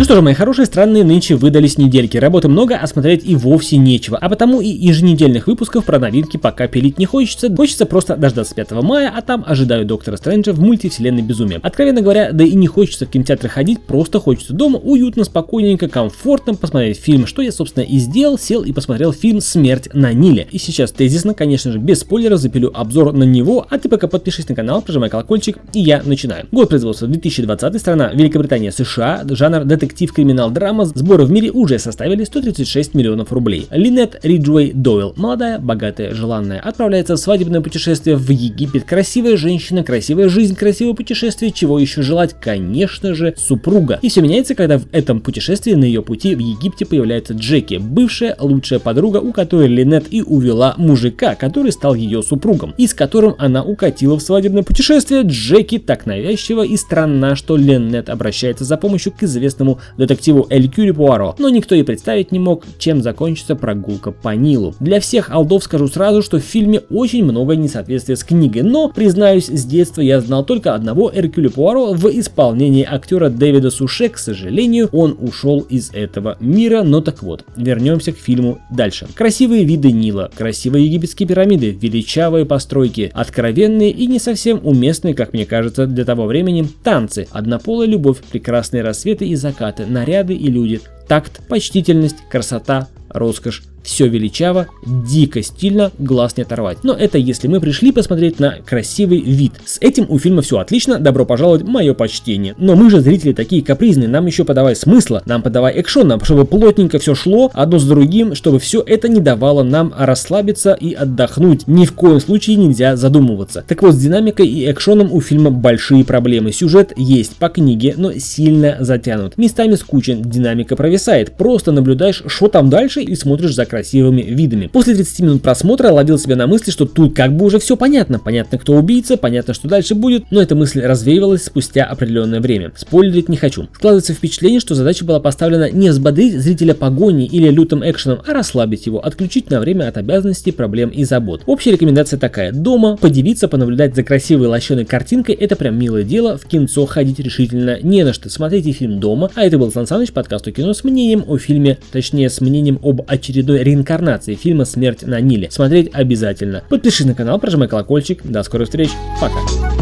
что же, мои хорошие, странные нынче выдались недельки. Работы много, а смотреть и вовсе нечего. А потому и еженедельных выпусков про новинки пока пилить не хочется. Хочется просто дождаться 5 мая, а там ожидаю Доктора Стрэнджа в мультивселенной безумия. Откровенно говоря, да и не хочется в кинотеатры ходить, просто хочется дома уютно, спокойненько, комфортно посмотреть фильм, что я, собственно, и сделал, сел и посмотрел фильм «Смерть на Ниле». И сейчас тезисно, конечно же, без спойлеров запилю обзор на него, а ты пока подпишись на канал, прожимай колокольчик, и я начинаю. Год производства 2020, страна Великобритания, США, жанр детектив, криминал, драма, сборы в мире уже составили 136 миллионов рублей. Линет Риджуэй Дойл, молодая, богатая, желанная, отправляется в свадебное путешествие в Египет. Красивая женщина, красивая жизнь, красивое путешествие, чего еще желать? Конечно же, супруга. И все меняется, когда в этом путешествии на ее пути в Египте появляется Джеки, бывшая лучшая подруга, у которой Линет и увела мужика, который стал ее супругом, и с которым она укатила в свадебное путешествие. Джеки так навязчиво и странна, что Линет обращается за помощью к известному детективу Эркюлю Пуаро, но никто и представить не мог, чем закончится прогулка по Нилу. Для всех олдов скажу сразу, что в фильме очень много несоответствия с книгой, но, признаюсь, с детства я знал только одного Эркюля Пуаро в исполнении актера Дэвида Суше. К сожалению, он ушел из этого мира, но так вот, вернемся к фильму дальше. Красивые виды Нила, красивые египетские пирамиды, величавые постройки, откровенные и не совсем уместные, как мне кажется, для того времени, танцы, однополая любовь, прекрасные рассветы и закаты, наряды и люди, такт, почтительность, красота, роскошь. Все величаво, дико стильно, глаз не оторвать. Но это если мы пришли посмотреть на красивый вид. С этим у фильма все отлично, добро пожаловать, мое почтение. Но мы же зрители такие капризные, нам еще подавай смысла, нам подавай экшон, чтобы плотненько все шло одно с другим, чтобы все это не давало нам расслабиться и отдохнуть. Ни в коем случае нельзя задумываться. Так вот, с динамикой и экшоном у фильма большие проблемы. Сюжет есть по книге, но сильно затянут. Местами скучен, динамика провисает. Просто наблюдаешь, что там дальше, и смотришь за красивыми видами. После 30 минут просмотра ловил себя на мысли, что тут как бы уже все понятно. Понятно, кто убийца, понятно, что дальше будет, но эта мысль развеивалась спустя определенное время. Спойлерить не хочу. Складывается впечатление, что задача была поставлена не взбодрить зрителя погоней или лютым экшеном, а расслабить его, отключить на время от обязанностей, проблем и забот. Общая рекомендация такая: дома подивиться, понаблюдать за красивой лощеной картинкой — это прям милое дело, в кинцо ходить решительно не на что. Смотрите фильм дома. А это был Сан Саныч, подкаст о кино с мнением о фильме, точнее с мнением об очередной реинкарнации фильма «Смерть на Ниле». Смотреть обязательно. Подпишись на канал, прожимай колокольчик. До скорых встреч. Пока.